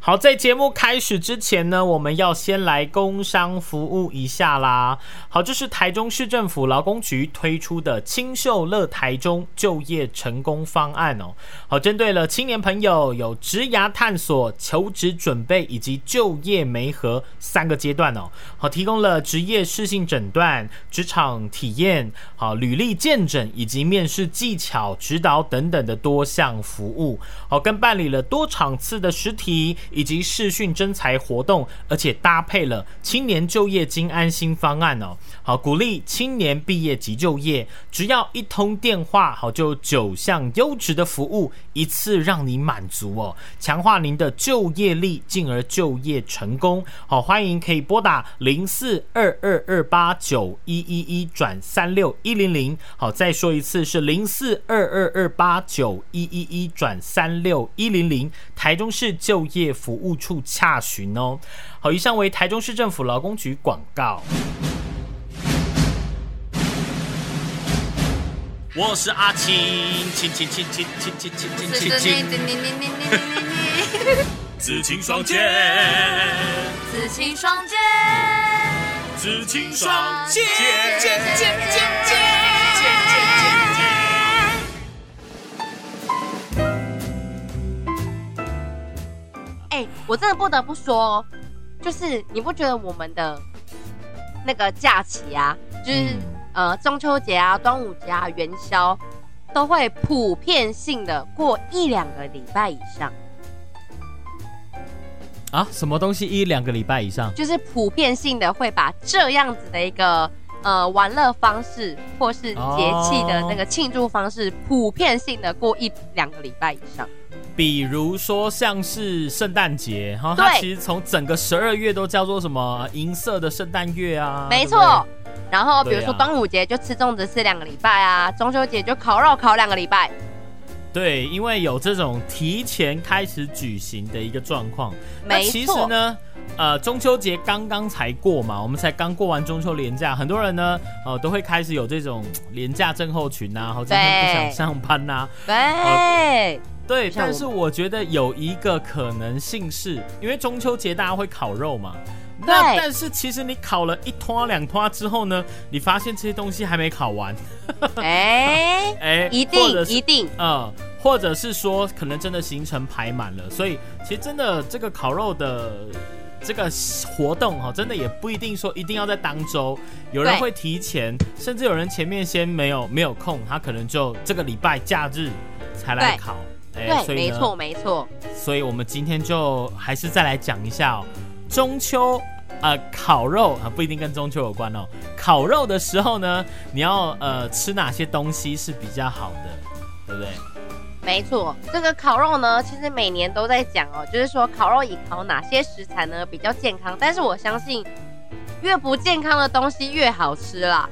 好，在节目开始之前呢，我们要先来工商服务一下啦。好，这是台中市政府劳工局推出的清秀乐台中就业成功方案哦。好，针对了青年朋友有职涯探索、求职准备以及就业媒合3个阶段哦。好，提供了职业适性诊断、职场体验、好履历见诊以及面试技巧指导等等的多项服务。好，跟办理了多场次的实体以及视讯征才活动，而且搭配了青年就业金安心方案哦。好，鼓励青年毕业即就业，只要1通电话，好就9项优质的服务，一次让你满足哦，强化您的就业力，进而就业成功。好，欢迎可以拨打0422289111转36100。好，再说一次是0422289111转36100，台中市就业服务处洽询哦。好，以上为台中市政府劳工局广告。我是阿青，青紫青双剑， 紫青双剑， 紫青双剑， 我真的不得不说，就是你不觉得我们的那个假期啊，就是中秋节啊、端午节啊、元宵，都会普遍性的过1-2个礼拜以上啊？什么东西1-2个礼拜以上？ 就是普遍性的会把这样子的一个玩乐方式，或是节气的那个庆祝方式，普遍性的过1-2个礼拜以上。 比如说像是圣诞节，它其实从整个12月都叫做什么银色的圣诞月啊， 没错。然后比如说端午节就吃粽子吃2个礼拜啊，中秋节就烤肉烤2个礼拜。 对，因为有这种提前开始举行的一个状况。那其实呢，中秋节刚刚才过嘛，我们才刚过完中秋连假，很多人呢，都会开始有这种连假症候群啊，今天不想上班啊。对，但是我觉得有一个可能性是，因为中秋节大家会烤肉嘛，那但是其实你烤了1拖2拖之后呢，你发现这些东西还没烤完， 一定， 或者是说可能真的行程排满了，所以其实真的这个烤肉的这个活动真的也不一定说一定要在当周，有人会提前，甚至有人前面先没有空，他可能就这个礼拜假日才来烤。 对，没错。 所以我们今天就还是再来讲一下中秋烤肉不一定跟中秋有关烤肉的时候呢，你要吃哪些东西是比较好的，对不对？ 没错，这个烤肉呢，其实每年都在讲就是说烤肉以烤哪些食材呢比较健康，但是我相信越不健康的东西越好吃啦。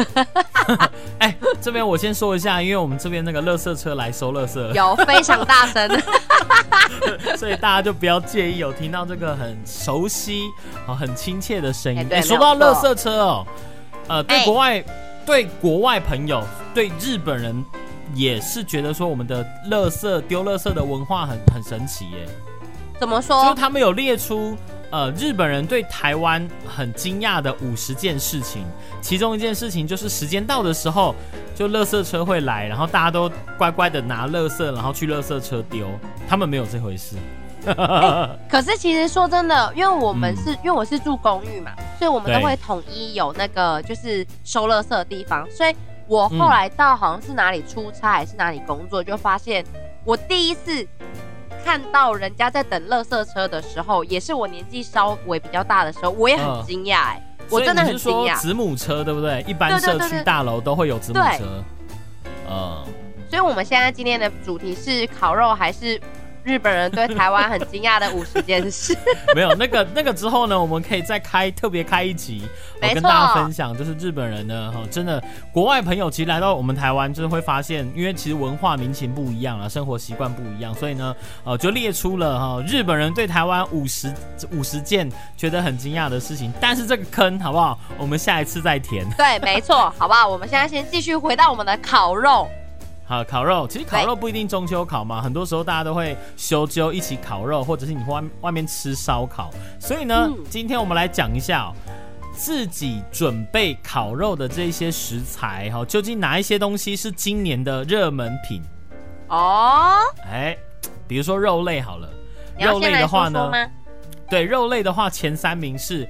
这边我先说一下，因为我们这边那个垃圾车来收垃圾有非常大声所以大家就不要介意有听到这个很熟悉很亲切的声音。说到垃圾车对国外朋友，对日本人也是觉得说我们的丢垃圾的文化很神奇耶。 怎么说？ 就是他们有列出日本人对台湾很惊讶的50件事情，其中一件事情就是时间到的时候，就垃圾车会来，然后大家都乖乖的拿垃圾，然后去垃圾车丢，他们没有这回事。 可是其实说真的，因为我是住公寓嘛，所以我们都会统一有那个就是收垃圾的地方，所以我后来到好像是哪里出差还是哪里工作，就发现我第一次看到人家在等垃圾车的时候，也是我年纪稍微比较大的时候，我也很惊讶我真的很惊讶。 所以你是说子母车对不对？一般社区大楼都会有子母车。 所以我们现在今天的主题是烤肉还是日本人对台湾很惊讶的50件事？ 没有那个之后呢，我们可以再特别开一集，我跟大家分享，就是日本人呢，真的国外朋友其实来到我们台湾，就是会发现，因为其实文化民情不一样了，生活习惯不一样，所以呢，就列出了日本人对台湾50件觉得很惊讶的事情。但是这个坑好不好？我们下一次再填。 对，没错，好不好？我们现在先继续回到我们的烤肉。 好，烤肉其实烤肉不一定中秋烤嘛，很多时候大家都会揪揪一起烤肉，或者是你外面吃烧烤。所以呢，今天我们来讲一下自己准备烤肉的这些食材究竟哪一些东西是今年的热门品比如说肉类好了，肉类的话呢，对，肉类的话前3名是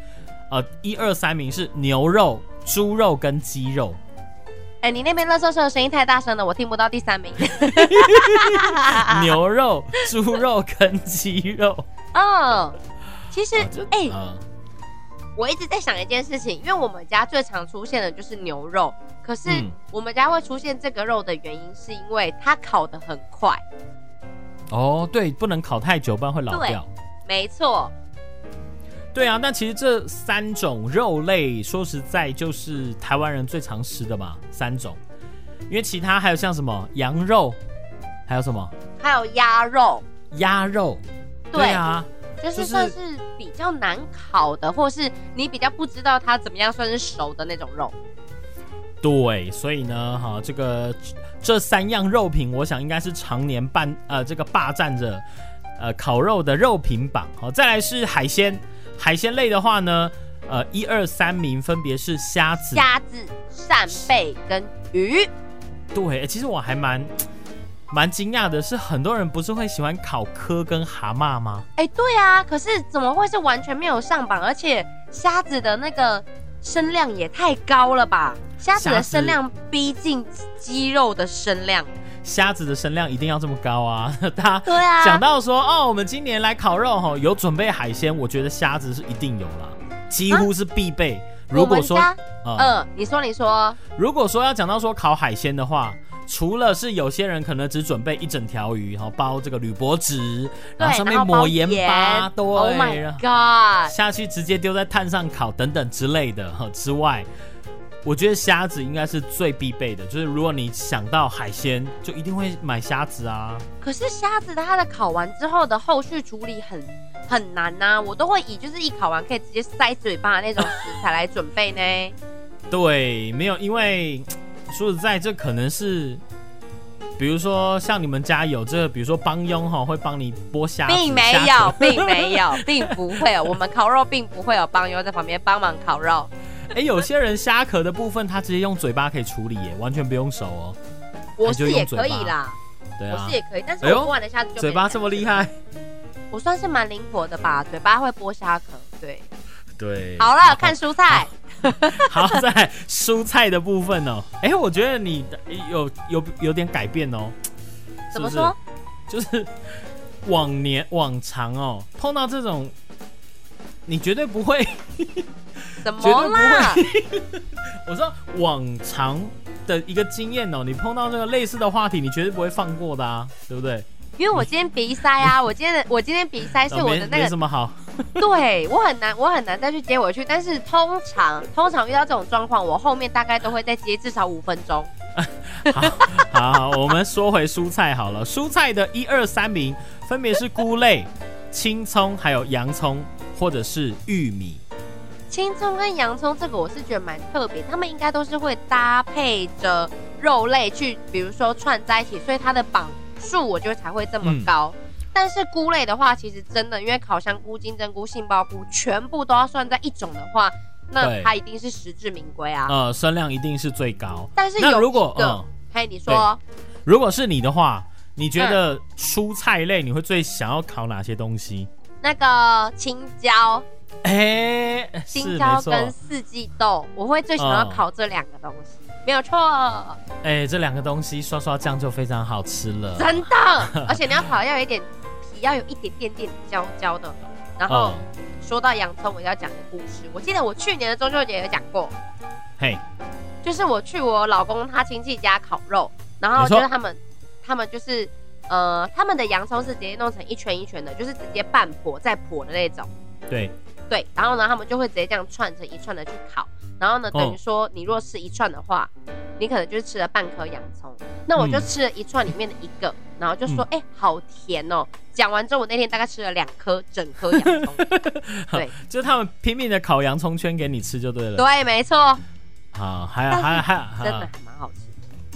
1、2、3名是牛肉、猪肉跟鸡肉。 你那边垃圾车的声音太大声了，我听不到第3名。 牛肉、猪肉跟鸡肉。 其实我一直在想一件事情，因为我们家最常出现的就是牛肉，可是我们家会出现这个肉的原因是因为它烤得很快。 对，不能烤太久，不然会老掉。 没错。 对啊，但其实这3种肉类说实在就是台湾人最常吃的嘛，3种。因为其他还有像什么羊肉，还有什么？还有鸭肉。 鸭肉。对啊， 就是算是比较难烤的，或是你比较不知道它怎么样算是熟的那种肉。 对，所以呢，这3样肉品，我想应该是常年霸占着烤肉的肉品榜。再来是海鲜。海鲜类的话呢，1、2、3名分别是虾子、 扇贝跟鱼。 对，其实我还蛮惊讶的是，很多人不是会喜欢烤蚵跟蛤蟆吗？ 对啊，可是怎么会是完全没有上榜？而且虾子的那个声量也太高了吧？虾子的声量逼近鸡肉的声量。 虾子的声量一定要这么高啊！大家讲到说我们今年来烤肉有准备海鲜，我觉得虾子是一定有啦，几乎是必备。如果说你说， 如果说要讲到说烤海鲜的话，除了是有些人可能只准备一整条鱼，包这个铝箔纸，然后上面抹盐巴，对 ，Oh my god， 下去直接丢在炭上烤等等之类的之外。我觉得虾子应该是最必备的，就是如果你想到海鲜，就一定会买虾子啊。 可是虾子它的烤完之后的后续处理很难啊，我都会以就是一烤完可以直接塞嘴巴的那种食材来准备呢。 对，没有，因为说实在，这可能是，比如说像你们家有这个，比如说帮佣会帮你剥虾子， 并没有，并不会有，我们烤肉并不会有帮佣在旁边帮忙烤肉。 有些人虾壳的部分，他直接用嘴巴可以处理耶，完全不用手我是也可以啦， 对啊， 我是也可以，但是我剥完的虾子就嘴巴这么厉害， 我算是蛮灵活的吧，嘴巴会剥虾壳， 对。 好了，看蔬菜。 好，在蔬菜的部分我觉得你有点改变怎么说？ 就是往常碰到这种，你绝对不会。 怎么啦？ 我说往常的一个经验你碰到这个类似的话题，你绝对不会放过的啊，对不对？ 因为我今天鼻塞啊，我今天鼻塞是我的那个没什么好。 对，我很难再去接回去，但是通常遇到这种状况，我后面大概都会再接至少5分钟。 好，我们说回蔬菜好了。蔬菜的1、2、3名分别是菇类、青葱，还有洋葱，或者是玉米。 青葱跟洋葱这个我是觉得蛮特别，他们应该都是会搭配着肉类去，比如说串在一起，所以它的榜数我觉得才会这么高。但是菇类的话，其实真的因为烤香菇、金针菇、杏鲍菇全部都要算在一种的话，那它一定是实至名归啊。 声量一定是最高。 但是有一个，你说， 如果是你的话，你觉得蔬菜类你会最想要烤哪些东西？ 那个青椒。 青椒跟四季豆，我会最想要烤这2个东西，没有错。 这2个东西刷刷酱就非常好吃了， 真的。而且你要烤要有一点皮，要有一点点焦焦的。然后说到洋葱，我要讲个故事。我记得我去年的中秋节有讲过，就是我去我老公他亲戚家烤肉，然后就是他们就是他们的洋葱是直接弄成一圈一圈的，就是直接半剖再剖的那种。对，然后呢，他们就会直接这样串成一串的去烤，然后呢，等于说你若吃一串的话，你可能就是吃了半颗洋葱，那我就吃了一串里面的一个，然后就说，好甜哦。讲完之后，我那天大概吃了2颗整颗洋葱，对， 就是他们拼命的烤洋葱圈给你吃就对了。 对，没错。 好，还真的还蛮好吃。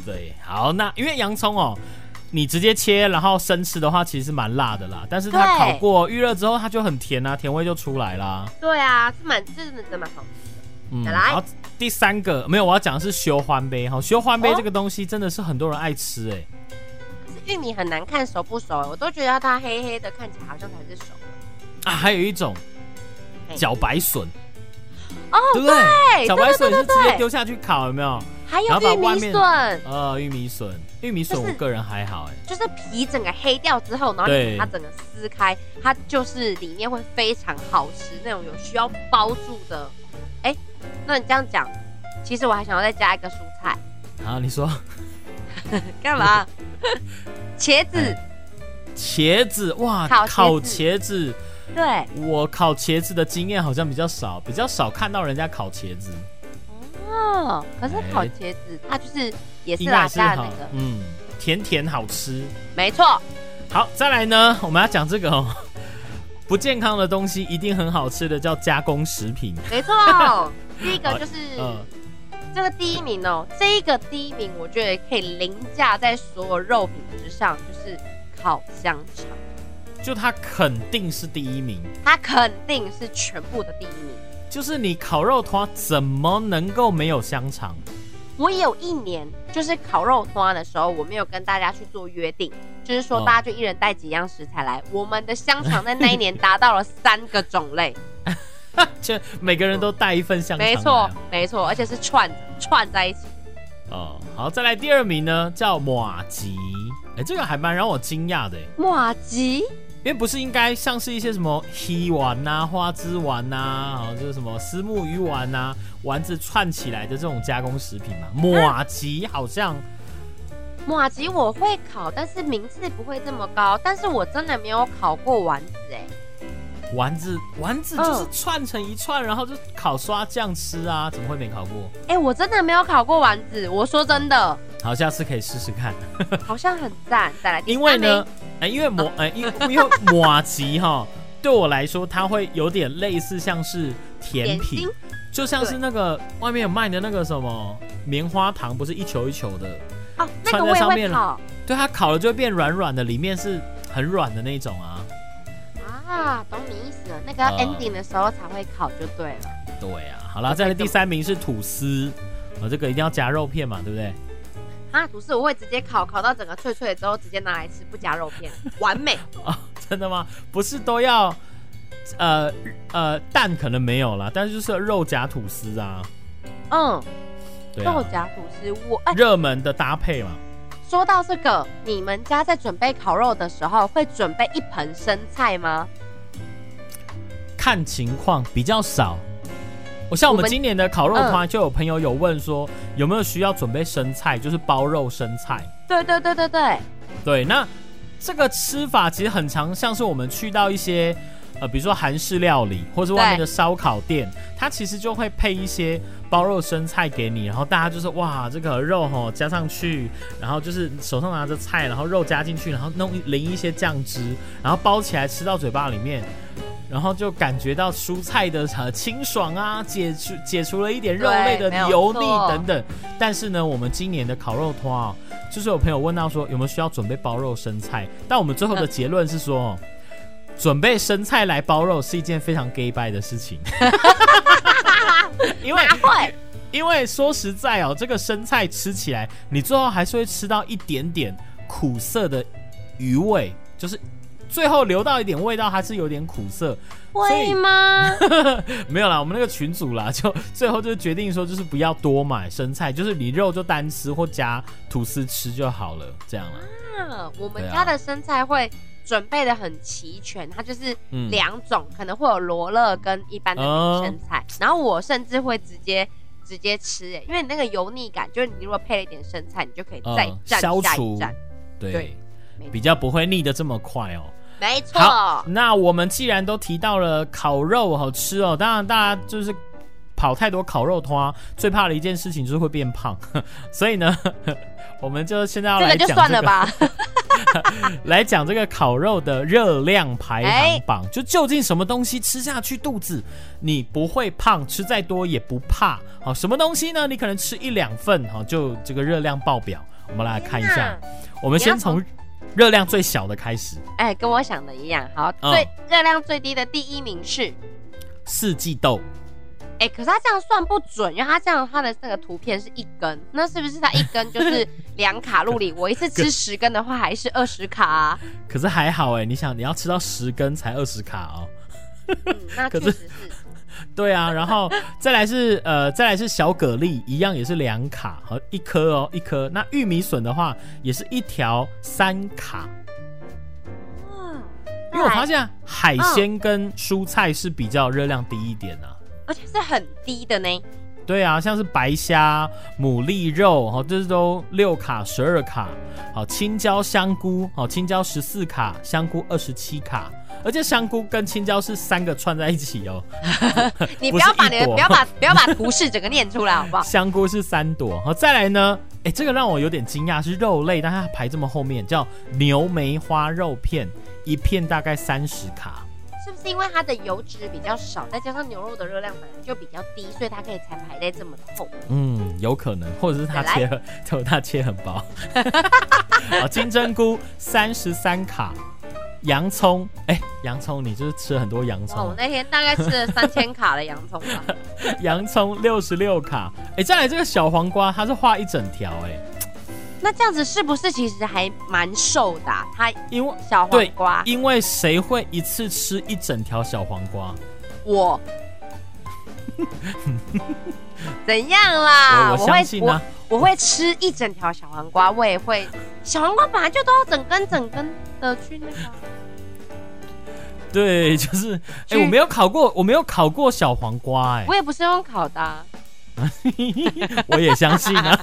对，好，那因为洋葱哦，你直接切然后生吃的话，其实是蛮辣的啦。但是它烤过预热之后，它就很甜啊，甜味就出来啦。 对啊，这真的蛮好吃的。再来， 好，第三个没有，我要讲的是修欢杯哈。修欢杯这个东西真的是很多人爱吃哎。 玉米很难看熟不熟，我都觉得它黑黑的，看起来好像才是熟的。 啊，还有一种茭白笋， 哦， 对不对？茭白笋是直接丢下去烤，有没有？ 还有玉米笋， 玉米笋我个人还好哎， 就是皮整个黑掉之后，然后你把它整个撕开，它就是里面会非常好吃那种有需要包住的。哎，那你这样讲，其实我还想要再加一个蔬菜。 好，你说干嘛？茄子，哇，烤茄子。对，我烤茄子的经验好像比较少看到人家烤茄子。 哦，可是烤茄子它就是也是辣加那个， 甜甜好吃。 没错。 好，再来呢，我们要讲这个哦，不健康的东西一定很好吃的，叫加工食品。 没错，第一个就是这个第一名哦，这一个第一名我觉得可以凌驾在所有肉品之上，就是烤香肠。 就它肯定是第一名， 它肯定是全部的第一名。 就是你烤肉团怎么能够没有香肠？ 我有一年就是烤肉团的时候，我没有跟大家去做约定，就是说大家就一人带几样食材来。我们的香肠在那一年达到了3个种类， 就每个人都带一份香肠。 没错，而且是串在一起。 哦，好，再来第二名呢，叫麻糬。这个还蛮让我惊讶的。 麻糬？ 因为不是应该像是一些什么鱼丸啊、花枝丸啊，就是什么虱目鱼丸啊，丸子串起来的这种加工食品嘛？麻糬好像， 麻糬我会烤，但是名次不会这么高。但是我真的没有烤过丸子丸子就是串成一串，然后就烤刷酱吃啊，怎么会没烤过？ 我真的没有烤过丸子，我说真的。 好，下次可以试试看。 好像很赞，再来第三名。 因为呢，因为麻糬哈，对我来说它会有点类似像是甜品，就像是那个外面有卖的那个什么棉花糖，不是一球一球的哦，那个我也会烤。 对，它烤了就会变软软的，里面是很软的那种啊。 啊，懂你意思了，那个要 ending 的时候才会烤就对了。 对啊，好啦，再来第三名是吐司，这个一定要夹肉片嘛，对不对？ 吐司我会直接烤到整个脆脆之后直接拿来吃，不加肉片，完美。 真的吗？不是都要蛋可能没有啦，但是就是肉夹吐司啊。 对啊，肉夹吐司热门的搭配嘛。 说到这个，你们家在准备烤肉的时候会准备一盆生菜吗？ 看情况，比较少。像我们今年的烤肉团，就有朋友有问说有没有需要准备生菜，就是包肉生菜。对，那这个吃法其实很常，像是我们去到一些比如说韩式料理，或是外面的烧烤店，它其实就会配一些包肉生菜给你，然后大家就是哇，这个肉加上去，然后就是手上拿着菜，然后肉加进去，然后淋一些酱汁，然后包起来吃到嘴巴里面。然后就感觉到蔬菜的清爽啊，解除了一点肉类的油腻等等。但是呢，我们今年的烤肉团就是有朋友问到说有没有需要准备包肉生菜，但我们最后的结论是说，准备生菜来包肉是一件非常 gay 掰的事情。因为说实在这个生菜吃起来，你最后还是会吃到一点点苦涩的余味，就是最后留到一点味道，还是有点苦涩。 会吗？ 没有啦，我们那个群组啦，就最后就决定说，就是不要多买生菜，就是你肉就单吃或加吐司吃就好了，这样啦。 我们家的生菜会准备的很齐全，它就是2种，可能会有罗勒跟一般的冰生菜，然后我甚至会直接吃，因为你那个油腻感，就是你如果配了一点生菜，你就可以再蘸下一蘸， 对，比较不会腻得这么快哦。 没错。 好，那我们既然都提到了烤肉好吃哦，当然大家就是跑太多烤肉团，最怕的一件事情就是会变胖，所以呢，我们就现在要来讲就算了吧。 来讲这个烤肉的热量排行榜，就究竟什么东西吃下去肚子你不会胖，吃再多也不怕。好，什么东西呢？你可能吃1-2份，就这个热量爆表。 我们来看一下，我们先从热量最小的开始。 跟我想的一样。好，热量最低的第一名是四季豆。 可是它这样算不准，因为它这样它的那个图片是1根，那是不是它1根就是2卡路里？我一次吃10根的话，还是20卡啊？ 可是还好你想你要吃到10根才20卡哦。 那确实是。 对啊，然后再来是小蛤蜊，一样也是2卡，和1颗哦，1颗。那玉米笋的话，也是1条3卡。因为我发现海鲜跟蔬菜是比较热量低一点啊。 而且是很低的呢。 对啊，像是白虾、牡蛎肉，这都6卡、12卡。好，青椒、香菇，青椒14卡，香菇27卡。而且香菇跟青椒是3个串在一起哦。 你不要把图示整个念出来好不好？ 香菇是3朵。好，再来呢，这个让我有点惊讶，是肉类，但它排这么后面，叫牛梅花肉片，1片大概30卡。 是不是因为它的油脂比较少，再加上牛肉的热量本来就比较低，所以它可以才排在这么后？ 有可能，或者是它切很薄。好，金针菇33卡，洋葱，洋葱你就是吃了很多洋葱。 我那天大概吃了3000卡的洋葱吧。 洋葱66卡，再来这个小黄瓜，它是画一整条， 那这样子是不是其实还蛮瘦的它因为小黄瓜， 因为谁会一次吃一整条小黄瓜？ 我。怎样啦？ 我相信啊， 我会吃一整条小黄瓜，我也会。小黄瓜本来就都要整根的去那个。 对，就是我没有烤过小黄瓜我也不是用烤的我也相信啊。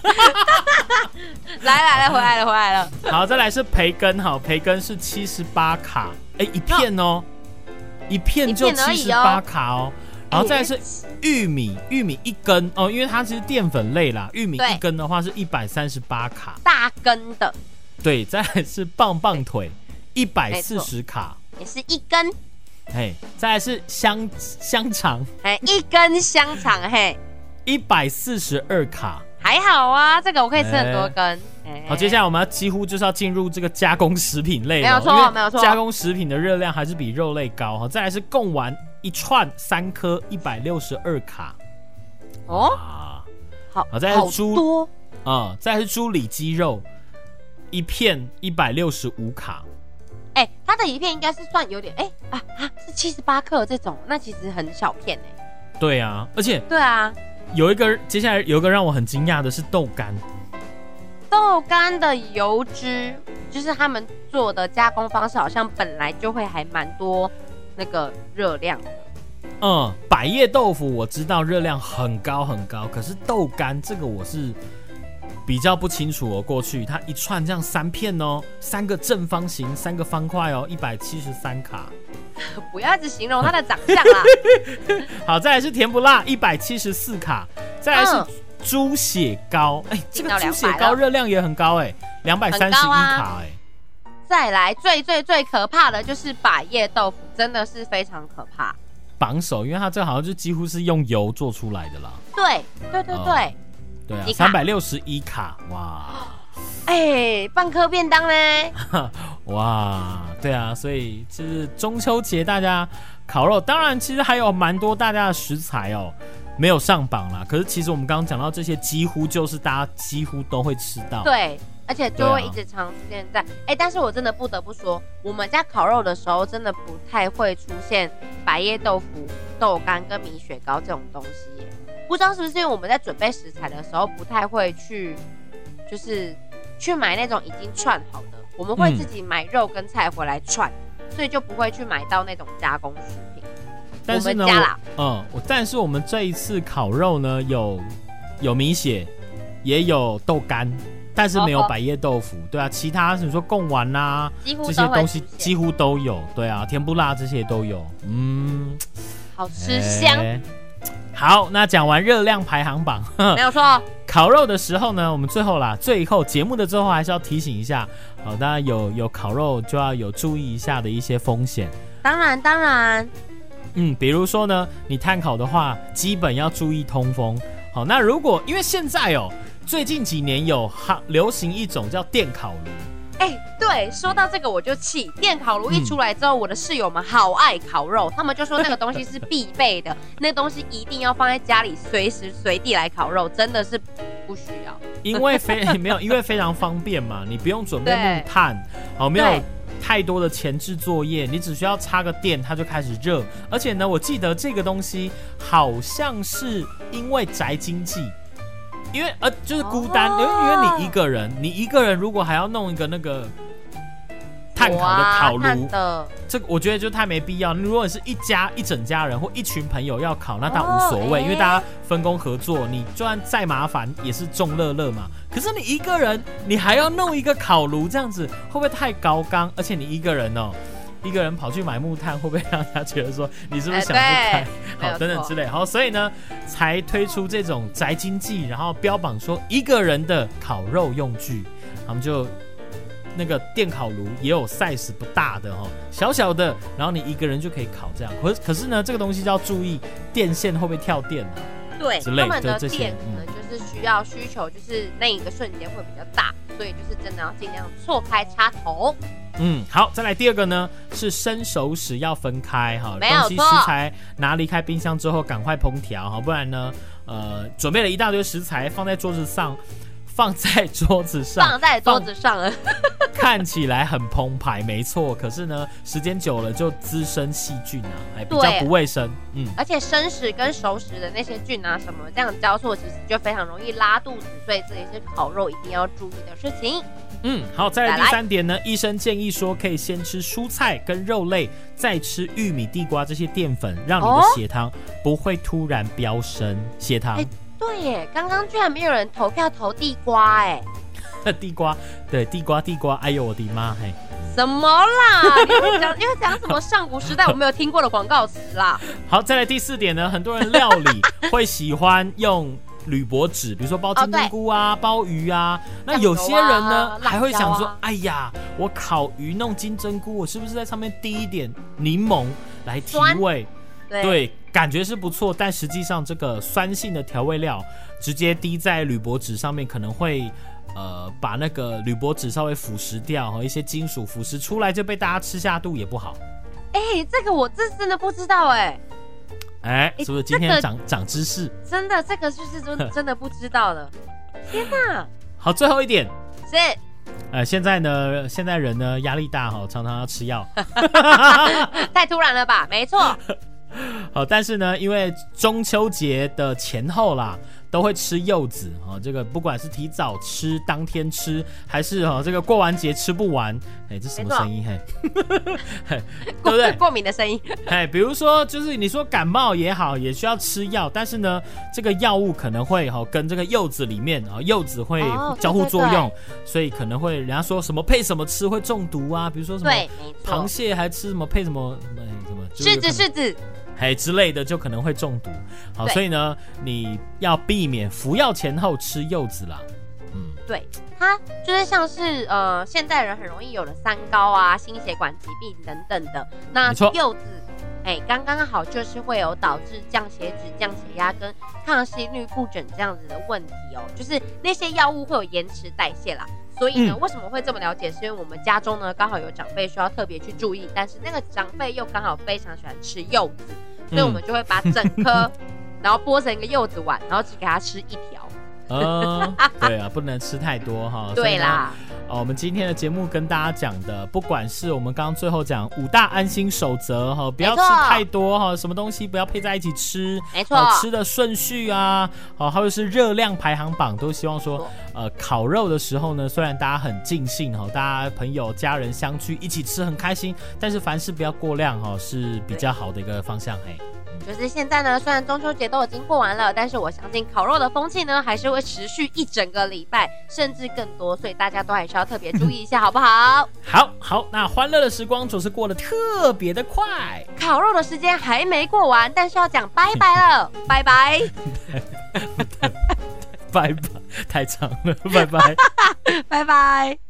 来，回来了。 好，再来是培根，培根是78卡，一片哦，一片就78卡哦。然后再来是玉米1根哦，因为它其实淀粉类啦，玉米1根的话是138卡， 大根的。 对，再来是棒棒腿140卡， 也是1根。 再来是香肠 ，1根香肠 142卡。 还好啊，这个我可以吃很多根。 好，接下来我们几乎就是要进入这个加工食品类了， 没有错， 加工食品的热量还是比肉类高。再来是贡丸1串3颗162卡。好，再来是猪，再来是猪里脊肉1片165卡。 它的一片应该是算有点是78克这种，那其实很小片对啊，而且对啊。 接下来有一个让我很惊讶的是豆干。 豆干的油脂就是他们做的加工方式，好像本来就会还蛮多那个热量的。 百叶豆腐我知道热量很高很高，可是豆干这个我是比较不清楚过去它一串这样3片3个正方形3个方块173卡。 不要一直形容它的长相啦。 好，再来是甜不辣174卡，再来是猪血糕，这个猪血糕热量也很高231卡再来最可怕的就是百叶豆腐，真的是非常可怕， 榜首，因为它这好像就几乎是用油做出来的啦。 对对啊，361卡，哇！ 半颗便当呢？ 哇，对啊，所以就是中秋节大家烤肉，当然其实还有蛮多大家的食材没有上榜啦。可是其实我们刚刚讲到这些，几乎就是大家几乎都会吃到。 对，而且就会一直常出现在。但是我真的不得不说，我们家烤肉的时候真的不太会出现百叶豆腐、豆干跟米雪糕这种东西耶。不知道是不是因为我们在准备食材的时候不太会去，就是去买那种已经串好的，我们会自己买肉跟菜回来串，所以就不会去买到那种加工食品。 但是呢，但是我们这一次烤肉呢，有米血，也有豆干，但是没有百叶豆腐，对啊，其他你说贡丸啊，这些东西几乎都有，对啊，甜不辣这些都有， 好吃香。 好，那讲完热量排行榜， 没有错。 烤肉的时候呢，我们最后节目的最后还是要提醒一下，当然有烤肉就要有注意一下的一些风险。 当然。 比如说呢，你炭烤的话，基本要注意通风。好，那如果因为现在最近几年有流行一种叫电烤炉。 对，说到这个我就气。电烤炉一出来之后，我的室友们好爱烤肉，他们就说那个东西是必备的，那东西一定要放在家里，随时随地来烤肉，真的是不需要。因为非常方便嘛，你不用准备木炭，没有太多的前置作业，你只需要插个电，它就开始热。而且呢，我记得这个东西好像是因为宅经济。因为就是孤单，因为你一个人如果还要弄一个那个炭烤的烤炉，这个我觉得就太没必要。如果是一整家人或一群朋友要烤，那倒无所谓，因为大家分工合作，你就算再麻烦也是众乐乐嘛。可是你一个人，你还要弄一个烤炉，这样子会不会太高纲？而且你一个人跑去买木炭，会不会让他觉得说你是不是想不开？好，等等之类。好，所以呢，才推出这种宅经济，然后标榜说一个人的烤肉用具，他们就那个电烤炉也有 size 不大的小小的，然后你一个人就可以烤这样。可是呢，这个东西就要注意电线会不会跳电啊？ 对， 之类的他们的电可能就是需求就是那一个瞬间会比较大，所以就是真的要尽量错开插头。 好，再来第二个呢是生熟食要分开哈，东西食材拿离开冰箱之后赶快烹调哈，不然呢准备了一大堆食材放在桌子上了，看起来很澎湃，没错。可是呢，时间久了就滋生细菌啊，还比较不卫生。 而且生食跟熟食的那些菌啊什么这样交错，其实就非常容易拉肚子，所以这也是烤肉一定要注意的事情。 好，再来第3点呢，医生建议说可以先吃蔬菜跟肉类，再吃玉米、地瓜这些淀粉，让你的血糖不会突然飙升。血糖。 对耶，刚刚居然没有人投票投地瓜哎！ 地瓜，对，地瓜，哎呦我的妈嘿！ 什么啦？你会讲什么上古时代我没有听过的广告词啦？ 好，再来第4点呢，很多人料理会喜欢用铝箔纸，比如说包金针菇啊、包鱼啊。那有些人呢还会想说，哎呀，我烤鱼弄金针菇，我是不是在上面滴一点柠檬来提味？对，感觉是不错，但实际上这个酸性的调味料直接滴在铝箔纸上面，可能会把那个铝箔纸稍微腐蚀掉，一些金属腐蚀出来就被大家吃下肚也不好。 这个我真的不知道是不是今天长知识？ 真的，这个就是真的不知道了。天哪！ 好，最后一点是。 现在人呢压力大常常要吃药， 太突然了吧？没错。 好，但是呢，因为中秋节的前后啦，都会吃柚子这个不管是提早吃、当天吃，还是这个过完节吃不完，这什么声音？对不对？ 过敏的声音。 比如说，就是你说感冒也好，也需要吃药，但是呢，这个药物可能会跟这个柚子里面柚子会交互作用，所以可能会人家说什么配什么吃会中毒啊，比如说什么螃蟹还吃什么配什么柿子。 之类的就可能会中毒。好，所以呢，你要避免服药前后吃柚子啦。 对，它就是像是现代人很容易有的三高啊、心血管疾病等等的。那柚子，刚刚好就是会有导致降血脂、降血压跟抗心律不整这样子的问题就是那些药物会有延迟代谢啦。所以呢，为什么会这么了解？是因为我们家中呢刚好有长辈需要特别去注意，但是那个长辈又刚好非常喜欢吃柚子，所以我们就会把整颗然后剥成一个柚子丸，然后只给他吃一条。 对啊，不能吃太多哈。 对啦。 我们今天的节目跟大家讲的，不管是我们刚刚最后讲5大安心守则不要吃太多什么东西不要配在一起吃， 没错， 吃的顺序啊，还有是热量排行榜，都希望说烤肉的时候呢，虽然大家很尽兴大家朋友家人相聚一起吃很开心，但是凡事不要过量是比较好的一个方向。 就是现在呢，虽然中秋节都已经过完了，但是我相信烤肉的风气呢，还是会持续1整个礼拜，甚至更多，所以大家都还是要特别注意一下，好不好？ 好，那欢乐的时光总是过得特别的快， 烤肉的时间还没过完，但是要讲拜拜了，拜拜， 拜拜，太长了，拜拜， 拜拜。